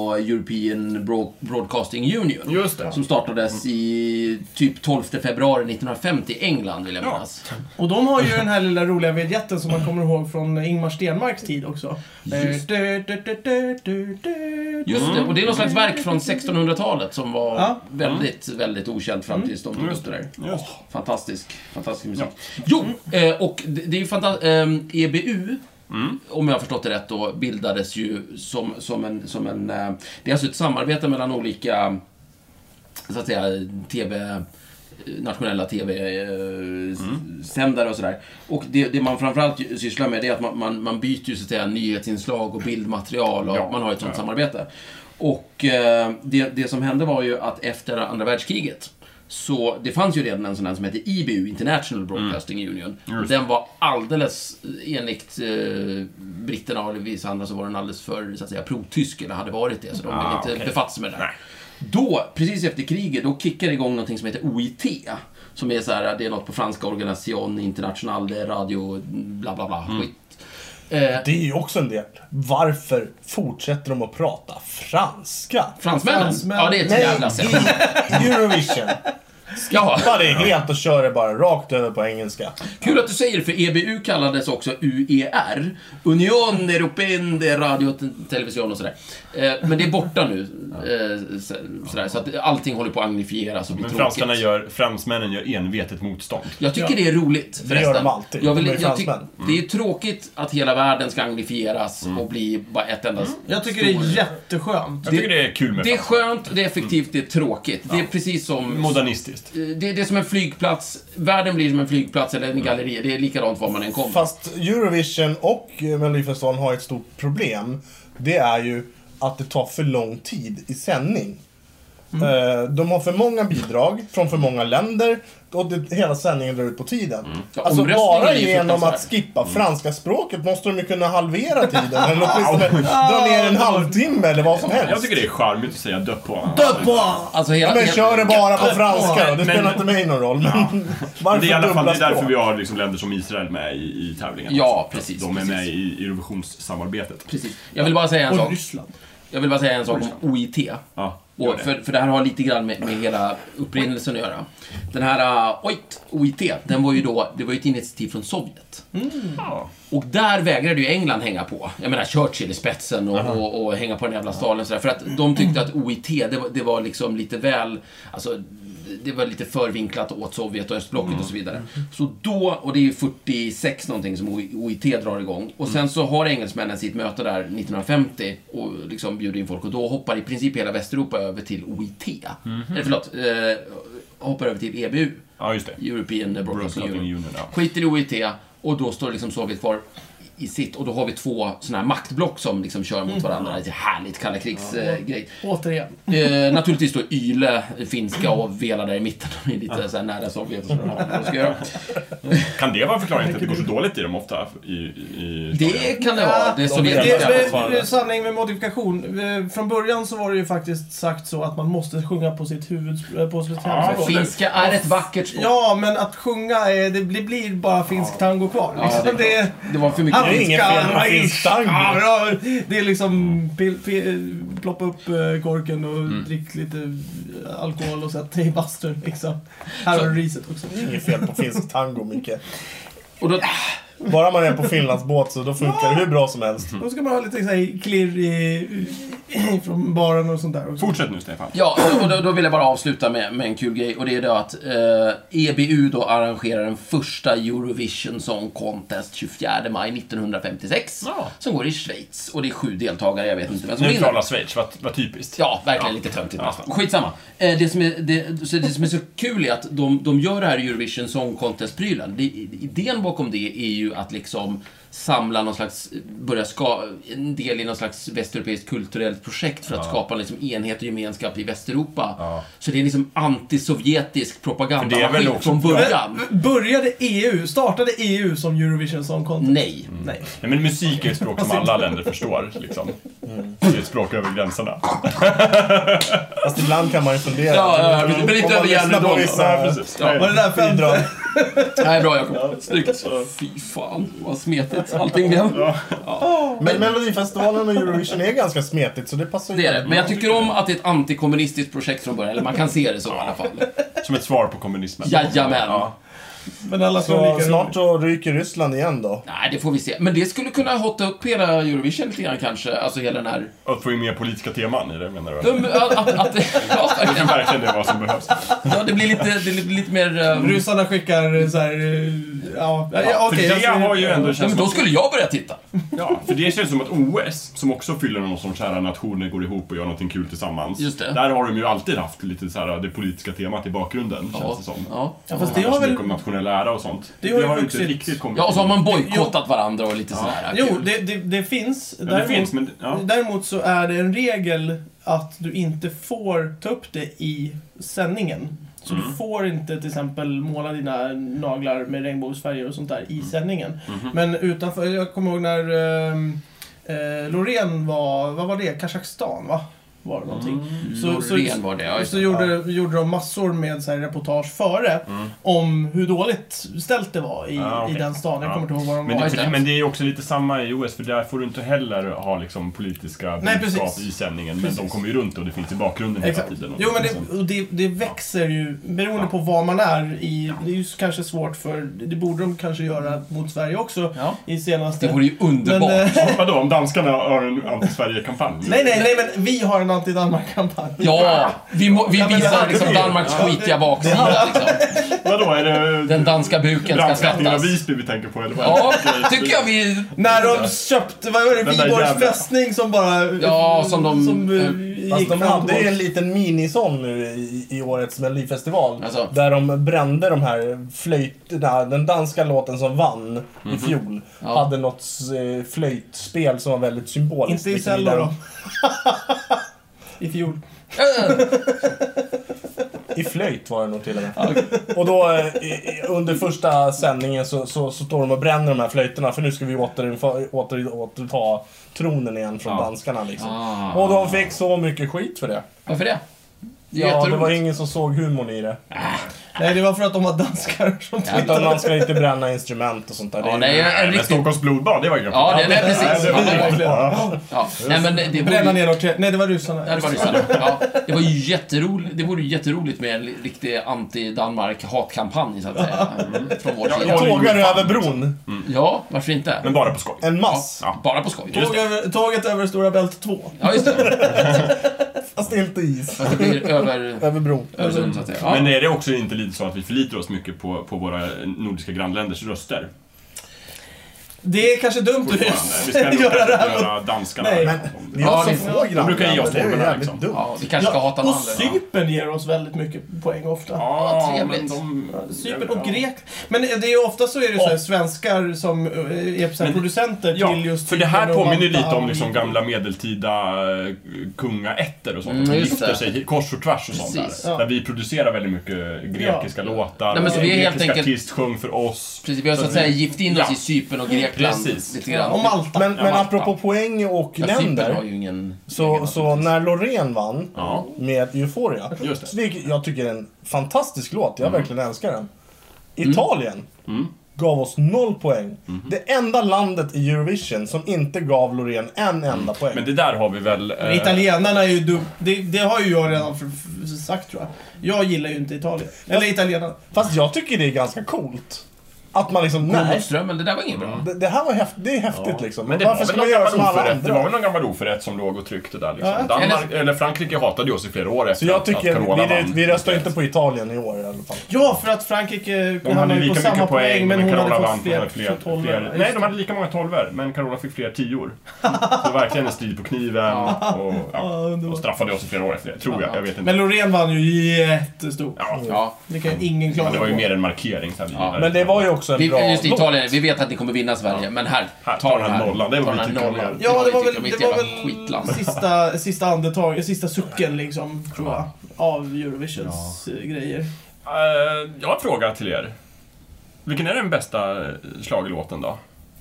European Broad- Broadcasting Union. Just det. Som startades i typ tolfte februari nittonhundrafemtio i England, vill jag Ja. minnas. Och de har ju den här lilla roliga vignetten som man kommer ihåg från Ingmar Stenmarks tid också. Just. Du, du, du, du, du, du. Just det, och det är någon slags verk från sextonhundratalet som var Ja. väldigt, väldigt okänt fram tills de tog upp Just det där. det. Just. Fantastisk, fantastisk musik. Jo, eh, och det, det är ju fantastiskt. Eh, E B U, om jag har förstått det rätt då, bildades ju som, som en... Som en eh, det är alltså ett samarbete mellan olika, så att säga, TV... nationella tv-sändare och sådär. Och det, det man framförallt sysslar med det är att man, man, man byter ju så att säga nyhetsinslag och bildmaterial och Ja, man har ett sånt ja. samarbete. Och eh, det, det som hände var ju att efter andra världskriget så det fanns ju redan en sån här som heter I B U, International Broadcasting Union. Just. Den var alldeles, enligt eh, britterna och vissa andra så var den alldeles för, så att säga, pro-tysk eller hade varit det, så de Ah, ville inte okej. befatta sig med det där. Nej. Då, precis efter kriget, då kickar det igång någonting som heter O I T. Som är så här, det är något på franska, Organisation International de Radio, bla bla bla, skit. Eh, Det är ju också en del. Varför fortsätter de att prata franska? fransmännen? Fransmän. Ja, det är ett jävla sätt. i Eurovision. Ja. Bara det helt och kör det bara rakt över på engelska. Kul att du säger det, för E B U kallades också U E R. Union Européenne de Radio och Television och sådär. Eh, men det är borta nu. Eh, så, sådär, så att allting håller på att agnifieras och blir Men tråkigt. franskarna gör, fransmännen gör envetet motstånd. Jag tycker Ja. det är roligt, förresten. Det gör de alltid. Jag vill, De är jag tyck, fransmän. det är tråkigt att hela världen ska anglifieras och bli bara ett enda... Jag tycker det är jätteskönt. Jag tycker det är kul med Det är fransmän. skönt, det är effektivt, det är tråkigt. Det är precis som... Modernistiskt. Det, det är som en flygplats. Världen blir som en flygplats eller en galleria. Det är likadant var man än kommer. Fast Eurovision och Melodifestivalen har ett stort problem. Det är ju att det tar för lång tid i sändning. Eh, De har för många bidrag från för många länder och det, hela sändningen drar ut på tiden. Ja, Alltså omröstningen bara är ju genom fruktansvärd. att skippa franska språket måste de ju kunna halvera tiden. Eller åtminstone dra ner en halvtimme eller vad som helst. Jag tycker det är charmigt att säga dö på. Död på! Alltså hela... Ja, men kör det bara på Ja, franska då. Det men- spelar inte mig någon roll. Men varför Det är i alla fall dubbla det är därför språk? vi har liksom länder som Israel med i, i tävlingen. Ja, också. precis, De är precis. med i Eurovisionssamarbetet. Precis. Jag vill bara säga en Och sak. Ryssland. Jag vill bara säga en sak om O I T. Ja, gör Och det. för, för det här har lite grann med, med hela upprinnelsen att göra. Den här uh, ojt, O I T, den var ju då, det var ju ett initiativ från Sovjet. Ja. Och där vägrade ju England hänga på. Jag menar Churchill i spetsen och, och, och hänga på den jävla stalen sådär. För att de tyckte att O I T, det var, det var liksom lite väl, alltså det var lite förvinklat åt Sovjet och östblocket mm. och så vidare. Så då, och det är ju fyrtiosex någonting som O I T drar igång. Och sen så har engelsmännen sitt möte där nittonhundrafemtio och liksom bjuder in folk. Och då hoppar i princip hela Västeuropa över till O I T. Mm-hmm. Eller förlåt, eh, hoppar över till E B U. Ja, just det. European Broadcasting Union. Union ja. Skiter i O I T och då står liksom Sovjet kvar i sitt, och då har vi två såna här maktblock som liksom kör mot varandra. Ett härligt kalla krigsgrej. Ja. Eh, Återigen. Eh, naturligtvis då Yle, finska och Vela där i mitten. De är lite så här nära Sovjet och så de ska göra. Kan det vara förklaringen till att det går så dåligt i dem ofta? I, i det kan det vara. Det är det, det, sovjetiska. det är sanning med modifikation. Från början så var det ju faktiskt sagt så att man måste sjunga på sitt huvud på sitt ja, finska är ett vackert språk. Ja, men att sjunga är, det blir, blir bara finsk tango kvar. Ja, liksom det, det, det var för mycket. Det är ingen fel på finsk tango. Ja, det är liksom pil, pil, ploppa upp korken och mm. drick lite alkohol och sätta i bastun liksom. Här har du riset också. Det är inget fel på finsk tango, Micke. Och då, bara man är på Finlands båt så då funkar ja. det hur bra som helst. Då ska man ha lite så här, klirr i, från baren och sånt där också. Fortsätt nu, Stefan. Ja, och då, då vill jag bara avsluta med, med en kul grej. Och det är då att eh, E B U då arrangerar den första Eurovision Song Contest tjugofjärde maj nittonhundrafemtiosex. Ja. Som går i Schweiz. Och det är sju deltagare, jag vet inte vem som vinner. Neutrala Schweiz, vad, vad typiskt. Ja, verkligen ja. lite töntigt. Ja. Skitsamma. Eh, det, som är, det, så det som är så kul är att de, de gör det här Eurovision Song Contest-prylen. Det, idén bakom det är ju att liksom samla någon slags, börja ska, en del i någon slags västeuropeiskt kulturellt projekt för att ja. skapa liksom enhet och gemenskap i Västeuropa. Ja. Så det är liksom antisovjetisk propaganda det är väl också från början. Började E U, startade E U som Eurovision Song Contest? Nej. Mm. Nej. Nej, men musik är ett språk som alla länder förstår liksom. Mm. Det är ett språk över gränserna. Fast ibland kan man ju fundera. Ja, ja men inte över järnridån. Ja, ja. Var det där femton? Nej, bra Jakob. Snyggt. Fy fan, vad smetigt allting blev. Ja. Ja. Men Melodifestivalen och Eurovision är ganska smetigt, så det passar ju. Det är det, men jag tycker om att det är ett antikommunistiskt projekt från början. Eller man kan se det så i alla fall. Som ett svar på kommunismen. Jajamän. Ja. Men alla så snart så ryker Ryssland igen då? Nej, det får vi se. Men det skulle kunna hotta upp hela Eurovision lite grann kanske. Alltså hela den här... Att få in mer politiska teman i det, menar du? De, att, att, att, ja, det är verkligen det vad som behövs. Ja, det blir lite, det blir lite mer... Um... Ryssarna skickar så här... Ja, ja, ja okej. För det jag har ju ändå känts... Ja, men då skulle jag börja titta. Ja, för det känns som att O S, som också fyller någon som kära nationer går ihop och gör någonting kul tillsammans. Just det. Där har de ju alltid haft lite så här det politiska temat i bakgrunden, ja. känns det som. Ja, ja fast det har väl... om nationell ära och sånt. Det har, det har ju inte riktigt kommit. Ja, och så har man bojkottat varandra och lite ja. sådär. Jo, det, det, det finns. Ja, däremot, det finns men, ja. däremot så är det en regel att du inte får ta upp det i sändningen. Så mm. du får inte till exempel måla dina naglar med regnbågsfärger och sånt där i sändningen. Mm. Men utanför, jag kommer ihåg när eh, Loreen var, vad var det? Kazakstan, va? Var det någonting. Mm. Så, så, Loreen var det, ja, så gjorde, ja. gjorde de massor med så här, reportage före mm. om hur dåligt ställt det var i, ah, okay. i den staden. Jag ja. kommer inte ihåg vad de men var. Det, men det är ju också lite samma i O S, för där får du inte heller ha liksom, politiska budskap i sändningen. Men precis. De kommer ju runt och det finns i bakgrunden hela tiden. Jo, men det, och det, det växer ju beroende ja. på vad man är i. Det är ju kanske svårt för, det borde de kanske göra mot Sverige också ja. i senaste. Det vore ju underbart. Men, äh, vadå, om danskarna har en anti-Sverige-kampanj? Nej, nej, nej, men vi har en anti-Danmark-kampanj. Ja, vi, må, vi visar liksom Danmarks skitiga baksida liksom. Vadå, är det... Den danska buken ska slättas. Av Visby vi tänker på, eller vad? Ja, tycker jag vi... När de köpte, vad var det, Viborgs fästning som bara... Ja, som de... Som, äh, fast de hade en liten minisång nu i, i årets Melodifestival. Alltså. Där de brände de här flöjterna. Den danska låten som vann mm-hmm. i fjol ja. hade något eh, flöjtspel som var väldigt symboliskt. Inte i cello då. I fjol. I flöjt var det nog till och med. Okay. Och då i, under första sändningen så, så, så står de och bränner de här flöjterna. För nu ska vi åter, åter, återta tronen igen från ja. danskarna liksom. Ah. Och de fick så mycket skit för det. Varför det? Ja, det var ingen som såg humorn i det. Ah. Nej, det var för att de var danskar som ja, tittade. Man ska inte bränna instrument och sånt där. Ja, nej, nej, men Stockholms blodbad, det var ju ja, det, nej, precis. Nej, det var verkligen. Ja. Ja. Nej, men det, det bränna ner och nej, det var ryssarna. Ja, det var ryssarna. Ja. Det var ju jätteroligt. Det vore ju jätteroligt med en riktig anti-Danmark-hatkampanj så att säga. Mm. Från vår sida. Tågar över bron. Mm. Ja, varför inte? Men bara på skoj. En mass. Ja, bara på skoj. Tåg över, tåget över Stora Bält två. Ja, just det. Fast Fast inte is. Fast det blir över Över bron. Öresund, så att säga. Ja. Men är det också inte lite så att vi förlitar oss mycket på, på våra nordiska grannländers röster? Det är kanske dumt Vi ska att ändå göra det kanske här. göra danskarna. Nej. Men vi Ja, har så vi- få de brukar ge oss grannländer, det är ju tolvorna, jävligt liksom. dumt. Ja, vi kanske ska hata Och varandra. Cypern ger oss väldigt mycket poäng ofta. Ja, trevligt. men de... Cypern ja. och Grek. Men det är ju ofta så är det så här svenskar som eh, är så här Men- producenter Ja, till just för det här Cypern och påminner ju Malta lite om och- liksom gamla medeltida eh, kungaätter och sånt. Mm, som just gifter det. sig kors och tvärs och sånt Precis. där. Ja. Där vi producerar väldigt mycket grekiska låtar. Nej, men så och vi är helt grekiska enkelt- artist sjöng för oss. Precis, vi har så att säga gift in oss Ja. i Cypern och Grekland Precis. lite Ja, grann. och Malta. Men, Ja, men Malta. apropå poäng och Ja, Cypern länder. har ju ingen... Så, egen så när Loreen vann Ja. med Euphoria. Just det. Så det, jag tycker det är en fantastisk låt. Jag Mm. verkligen älskar den. Italien Mm. gav oss noll poäng. Mm. Det enda landet i Eurovision som inte gav Loreen en enda poäng. Men det där har vi väl... Men eh, italienarna är ju dum. Det, det har ju jag redan för, för, sagt tror jag. Jag gillar ju inte Italien. Eller italienarna. Fast jag tycker det är ganska coolt. Att man liksom, Gå nej. mot strömmen, det där var inget bra. Det, det här var häft, det är häftigt Ja. liksom. Men det var Varför väl ska någon man göra gammal som alla oförrätt. Det var andra? väl någon gammal oförrätt som låg och tryckte där liksom. Ja, Danmark, eller Frankrike hatade ju oss i flera år efter Så jag att- tycker, att Carola vi, vann. vi röstar inte på Italien i år i alla fall. Ja, för att Frankrike De hade hamnade lika på samma mycket poäng, men men hon Carola hade vann fått på fler, fler, tolv. fler... Nej, de hade lika många tolver, men Carola fick fler tior. Så det var verkligen en strid på kniven och, Ja, ja, underbart. och straffade oss i flera år efter det, tror jag. Jag vet inte. Men Loreen vann ju jättestort. Ja, Ja. Det kan ju ingen klaga men det var ju på. mer en markering. Så här, Ja, Men det var ju också en Vi, bra just låt. Italien, vi vet att ni kommer vinna Sverige, men här, Här, ta den här nollan, det var ta vi den här tycker om nollan. er. Ja, det var väl, tycker det mitt var jävla skitland. väl sista, sista andetag, sista sucken liksom, tror jag. Av Eurovisions eh, grejer. Eh, jag har en fråga till er. Vilken är den bästa schlagerlåten då?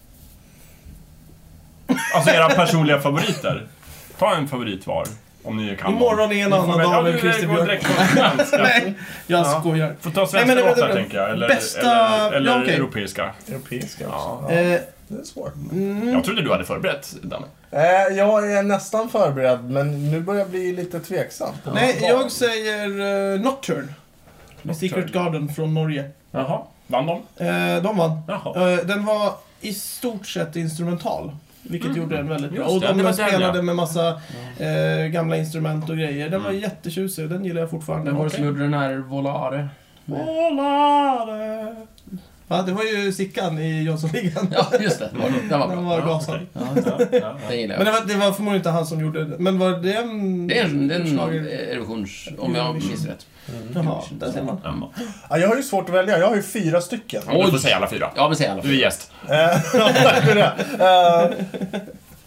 Alltså era personliga favoriter. Ta en favorit var, om ni kan. Imorgon är en Ni får annan välja- dag Ja, än du Christer går Björk. direkt på svenska. Nej, jag Ja. skojar. Får ta Nej, svenska men det- låtar det- tänker jag. Eller, bästa- eller, eller ja, okej. europeiska. Europeiska också. Ja. Ja, Eh, det är svårt. mm, Jag trodde du hade förberett den. Eh, jag är nästan förberedd, men nu börjar jag bli lite tveksam. på nej, vad. jag säger uh, Nocturne. Med Secret Garden från Norge. Jaha, vann de? Eh, de vann. Jaha. Eh, den var i stort sett instrumental. Vilket Mm. gjorde den väldigt bra. Just Och det, de det var den, spelade ja. med massa eh, gamla instrument och grejer. Den var Mm. jättetjusig. Den gillar jag fortfarande. Vem var det som gjorde den här Volare? Volare. Ja, det var ju Sickan i Jönssonligan. Ja, just det. Den var, den var Den bra. var Ja, gasad. okej. Ja, just det. Ja, ja. Den gillar Men jag. det var, det var förmodligen inte han som gjorde det. Men var det en... Det är en, det är en schlager- revisions... Om jag minns rätt. Jaha, där ser man. Ja. Ja, jag har ju svårt att välja, jag har ju fyra stycken. Ja, du får säga alla fyra. Ja, men säg alla Du är gäst. Eh, ja, tack för det. Eh,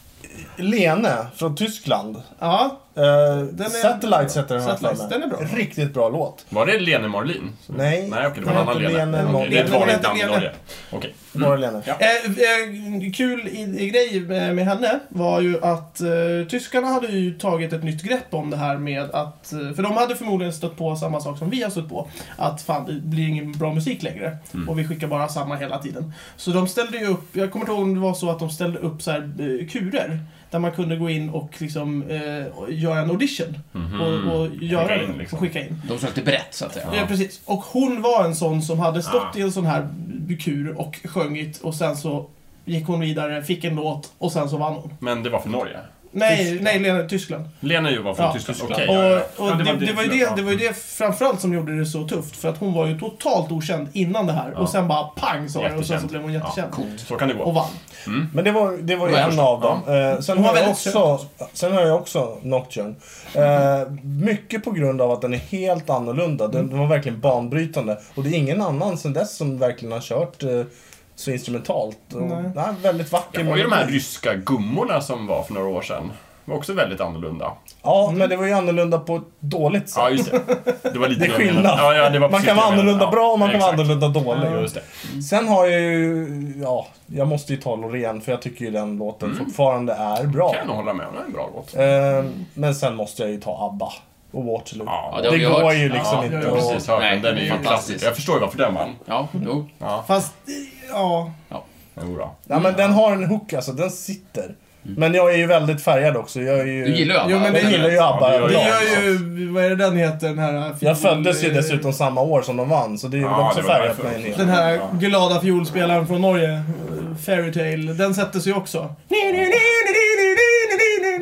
Lene från Tyskland. Ja, Eh, Den är- Satellites heter den här Satellites, för mig. den är bra. Riktigt bra låt. Var det Lene Marlin? Nej. Nej, okej, det var Den en annan heter Lene. Lene Okej, någonting. det är ett Den vanligt heter namn i Lene. Norge. Okej. Bara Lene. Ja. Eh, eh, kul i, i grej med, med henne var ju att eh, tyskarna hade ju tagit ett nytt grepp om det här med att... Eh, för de hade förmodligen stött på samma sak som vi har stött på. Att fan, det blir ingen bra musik längre. Mm. Och vi skickar bara samma hela tiden. Så de ställde ju upp... Jag kommer inte ihåg om det var så att de ställde upp så här, eh, kurer. Där man kunde gå in och liksom eh, göra en audition. Mhm. Och, och göra Skicka in, det, liksom. och skicka in. De sökte brett, så att säga. Ja. precis. Och hon var en sån som hade stått Ah. i en sån här kur och sjungit och sen så gick hon vidare, fick en låt och sen så vann hon. Men det var för Norge? Nej, Tyskland. nej, Lena, Tyskland. Lena ju var från Ja. Tyskland. Tyskland. Okej, ja, ja. Och, och Ja, det, det, var ju det, ja. det var ju det framförallt som gjorde det så tufft. För att hon var ju totalt okänd innan det här. Ja. Och sen bara pang sa det och sen så Jättekänd. blev hon jättekänd. Coolt. Så kan det Och gå. vann. Mm. Men det var, det var ju Det var en först. av dem. Eh, sen, Hon var har jag väldigt också, sen har jag också Nocturne. Eh, mycket på grund av att den är helt annorlunda. Den, den var verkligen banbrytande. Och det är ingen annan sen dess som verkligen har kört eh, så instrumentalt. Och, Nej. nej, väldigt vacker. Det var ju de här ryska gummorna som var för några år sedan. Det var också väldigt annorlunda. Ja, men det var ju annorlunda på ett dåligt sätt. Ja, just det. Det var lite Det är jag menade. skillnad. Ja, ja, det var Man precis kan det vara jag menade. annorlunda Ja, bra och man kan vara exakt. annorlunda dålig. Ja, just det. Sen har jag ju, ja, jag måste ju ta Loreen för jag tycker ju den låten Mm. fortfarande är bra. Kan jag nog hålla med om. Det är en bra låt. Eh, men sen måste jag ju ta ABBA och Waterloo. Ja, Ja, det har vi går hört. ju liksom Ja, inte jag har precis hört Nej, den. Den är det ju är fantastisk. fantastiskt. Jag förstår ju varför den vann. Ja, jo. Ja, Fast, ja. jo då. Ja, men den har en hook alltså, den sitter. Men jag är ju väldigt färgad också. Jag är ju... Du gillar ju ABBA. Jo, men det jag gillar ju ABBA. Ja, det Det gör överlag. gör ju, vad är det den heter, den här... Jag föddes ju fiol- dessutom samma år som de vann, så det är ju Ja, också det var färgat därför. mig en hel Den här Ja. glada fiolspelaren från Norge, Fairytale, den sätter sig också.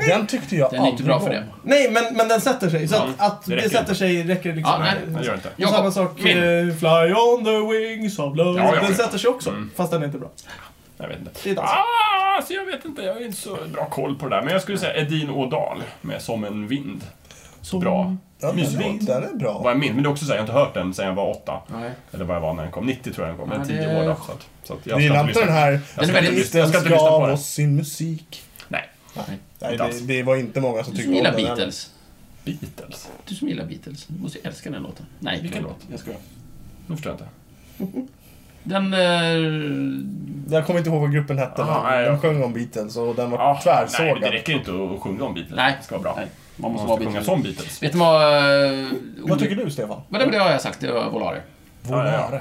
Den tyckte jag Den är inte aldrig bra för om. det. Nej, men, men den sätter sig. Så Ja, att, att det det, räcker sätter inte. sig räcker liksom. Ja, nej, det gör inte. Och Jakob, samma sak, min. eh, Fly on the wings of love. Ja, jag den vet. sätter sig också, Mm. fast den är inte bra. Jag vet inte. Det är dans. Ah, alltså jag vet inte, jag har inte så bra koll på det där. Men jag skulle säga Edin Ådal med Som en vind. Som- Bra. Ja, den, Mysigt. den är bra. Vad jag minns, men det är också så här, jag har inte hört den sedan jag var åtta. Nej. Eller vad jag var när den kom. nittio tror jag den kom, Ja, men det- tio år då. Så att, så att jag Du ska gillar inte inte den lyssna. här... Den är Jag ska väldigt- inte lyssna- jag ska inte lyssna på gav det. oss sin musik. Nej, Nej, Inte det, alls. det var inte många som Du tyckte som gillar om den heller. Beatles. Beatles. Du som gillar Beatles. Du måste ju älska den låten. Nej, Vilken förlåt. låt? Jag skojar. Nu förstår jag inte. Den... Eh, Jag kommer inte ihåg vad gruppen hette, Aha, men nej, de jag- sjöng om Beatles och den var Ja, tvärsågad. nej, det räcker inte att sjunga om Beatles. Nej. Det ska vara bra. nej, man Man måste måste vara sjunga Beatles. som Beatles. Vet du vad... eh, Vad tycker du, Stefan? Vad det, det har jag sagt, det var Volare. Volare.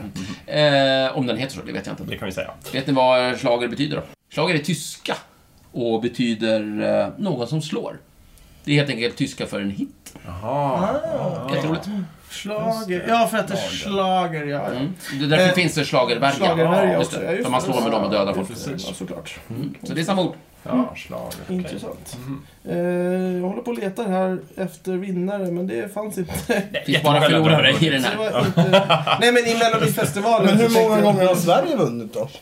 Eh, om den heter så, det vet jag inte. Det kan vi säga. Vet ni vad schlager betyder då? Schlager är tyska och betyder eh, någon som slår. Det är helt enkelt tyska för en hit. Jaha. Ah, Jätteroligt. Schlager. Ja, för att det är schlager, ja. ja. Mm. Det är därför Eh, finns det schlagervärja. Schlagervärja Ja, just också, det. ja, just För man det. slår med dem och dödar folk. Precis. Ja, såklart. Mm. Så det är samma ord. Ja, schlager. okej. Intressant. Mhm. Eh, jag håller på och letar här efter vinnare, men det fanns inte. Det finns bara förlorare i den Det här. var inte... Nej, men i Melodifestivalen... Men hur så tänkte många jag- gånger har Sverige vunnit då?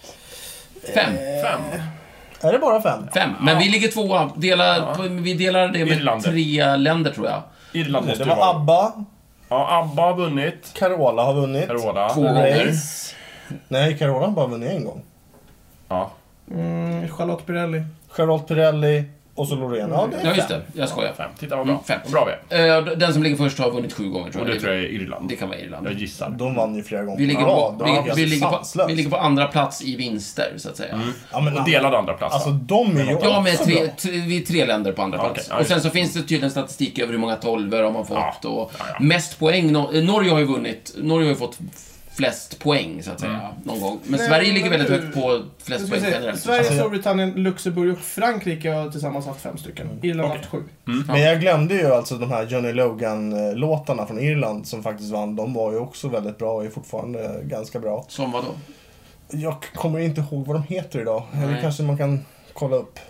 Fem. Fem. Är det bara fem? Fem. Men vi ligger tvåa. Delar, Ja. Vi delar det med Irland. tre länder, tror jag. Irland Det måste ju var vara... ABBA, Ja, ABBA har vunnit. Carola har vunnit. Carola. Två gånger. Race. Nej, Carola har bara vunnit en gång. Ja. Mm, Charlotte Pirelli. Charlotte Pirelli och så Loreen. Ja, det är Ja, just fem. det. Jag skojar. Fem. Titta vad bra. Mm, fem. Vad bra vi är. Eh, Den som ligger först har vunnit sju gånger, tror Och jag. det tror jag är Irland. Det kan vara Irland. Jag gissar. De vann ju flera gånger. Vi ligger, Ja, på, de är vi, ganska vi, ligger på, sanslöst. vi ligger på andra plats i vinster, så att säga. Mm. Ja, men Och delad andra plats. Alltså, va? de är ju Ja, med också tre, bra. tre, vi är tre länder på andra Ja, plats. okej. Ja, och just sen så finns det tydligen statistik över hur många tolvor har man fått. Ja. Och Ja, ja. mest poäng. No, eh, Norge har ju vunnit. Norge har ju fått flest poäng, så att säga, Mm. någon gång. Men Nej, Sverige men ligger väldigt du- högt på Jag flest ska poäng säga, generellt. Sverige, Alltså, jag- Storbritannien, Luxemburg och Frankrike har tillsammans haft fem stycken. Irland har Okej. haft sju. Men jag glömde ju alltså de här Johnny Logan-låtarna från Irland som faktiskt vann. De var ju också väldigt bra och är fortfarande ganska bra. Som vad då? Jag kommer inte ihåg vad de heter idag. Eller Nej. kanske man kan kolla upp.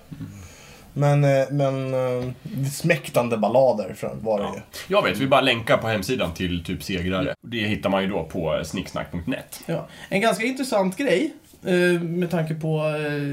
Men, eh, men eh, smäktande ballader från- var det Ja. ju. Jag vet, vi bara länkar på hemsidan till typ segrare. Det hittar man ju då på snicksnack punkt net. Ja. En ganska intressant grej, eh, med tanke på eh,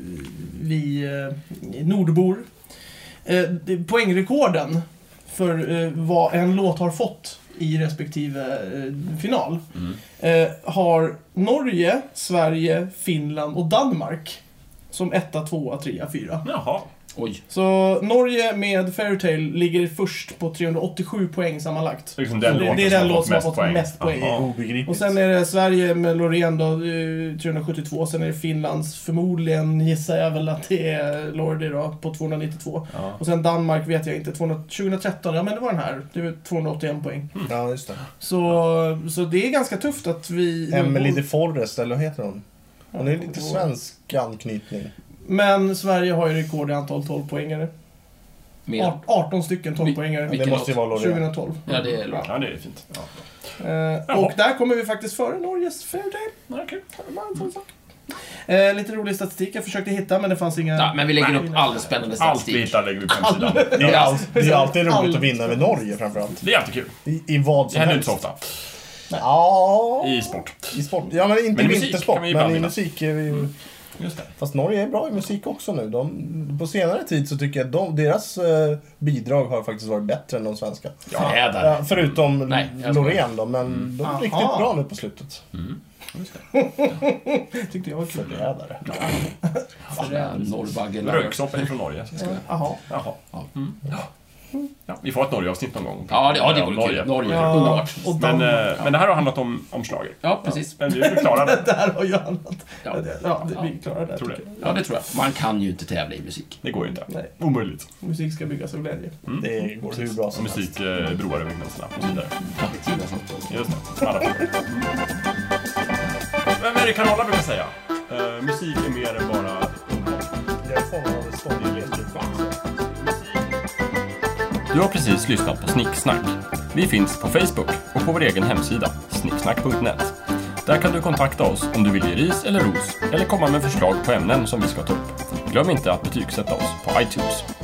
vi eh, nordbor. Eh, det- poängrekorden för eh, vad en låt har fått i respektive eh, final Mm. eh, har Norge, Sverige, Finland och Danmark som etta, tvåa, trea, fyra. Jaha. Oj. Så Norge med Fairytale ligger först på trehundraåttiosju poäng sammanlagt. Så liksom den det, låten det är som den har låt fått som har mest fått poäng. mest poäng. Jaha. Obegripligt. Och sen är det Sverige med Loreen då, eh, trehundrasjuttiotvå. Sen är det Finlands, förmodligen gissar jag väl att det är Lordi då, på tvåhundranittiotvå. Ja. Och sen Danmark vet jag inte, tvåhundra, tjugotretton, ja men det var den här. Det var tvåhundraåttioen poäng. Ja, just det. Så, så det är ganska tufft att vi... Emily de Forrest, eller vad heter hon? Hon är lite svensk anknytning. Men Sverige har ju rekord i antal tolv-poängare. Mer. Art- arton stycken tolv-poängare. Det Vilken måste ju vara Loreen. tjugohundratolv. Ja, det är bra. Ja, det är fint. Ja. Eh, Jaha. och där kommer vi faktiskt före Norges Fairytale. Ja, kul. Bara en sån sak. Eh, lite rolig statistik jag försökte hitta, men det fanns inga... Ja, men vi lägger upp all spännande Allt vi statistik. hittar lägger vi på hemsidan. Det är, all, det är alltid roligt Allt. att vinna med Norge framförallt. Det är alltid kul. I, i vad Det som händer inte helst. så ofta. Ja, I sport. i sport. Ja, men inte Men i i musik vintersport. kan vi Men ibland i vinna. musik är vi ju... Just det. Fast Norge är bra i musik också nu. De, på senare tid så tycker jag att de, deras eh, bidrag har faktiskt varit bättre än de svenska. Förrädare. Ja, förutom Nej, jag skojar. Loreen då, men de är Aha. riktigt bra nu på slutet. Tyckte jag var kul. Förrädare. Norrbaggen. Röksoppa från Norge. Jaha. Jaha. Mm. Ja, vi får ett Norge-avsnitt någon gång. Ja, det, ja, det Om vore kul. Norge. Ja. Underbart. Och Men, Danmark. eh, men det här har handlat om, om schlager. Ja, precis. Men vi är klara där. Det här har ju annat. Ja. Ja, det, ja, det, vi klarar det. Tror det. tycker jag. Ja, det tror jag. Man kan ju inte tävla i musik. Det går ju inte. Nej, Omöjligt. musik ska byggas av glädje. Det går hur bra Och som helst. musik eh, broar över gränserna och så vidare. Aktiva sånt. Just det. Alla frågor. Vem är det Carola brukar säga? Eh, musik är mer än bara underhållning. Jag är fångad av det ståndligt. Du har precis lyssnat på Snicksnack. Vi finns på Facebook och på vår egen hemsida, snicksnack punkt net. Där kan du kontakta oss om du vill ge ris eller ros eller komma med förslag på ämnen som vi ska ta upp. Glöm inte att betygsätta oss på iTunes.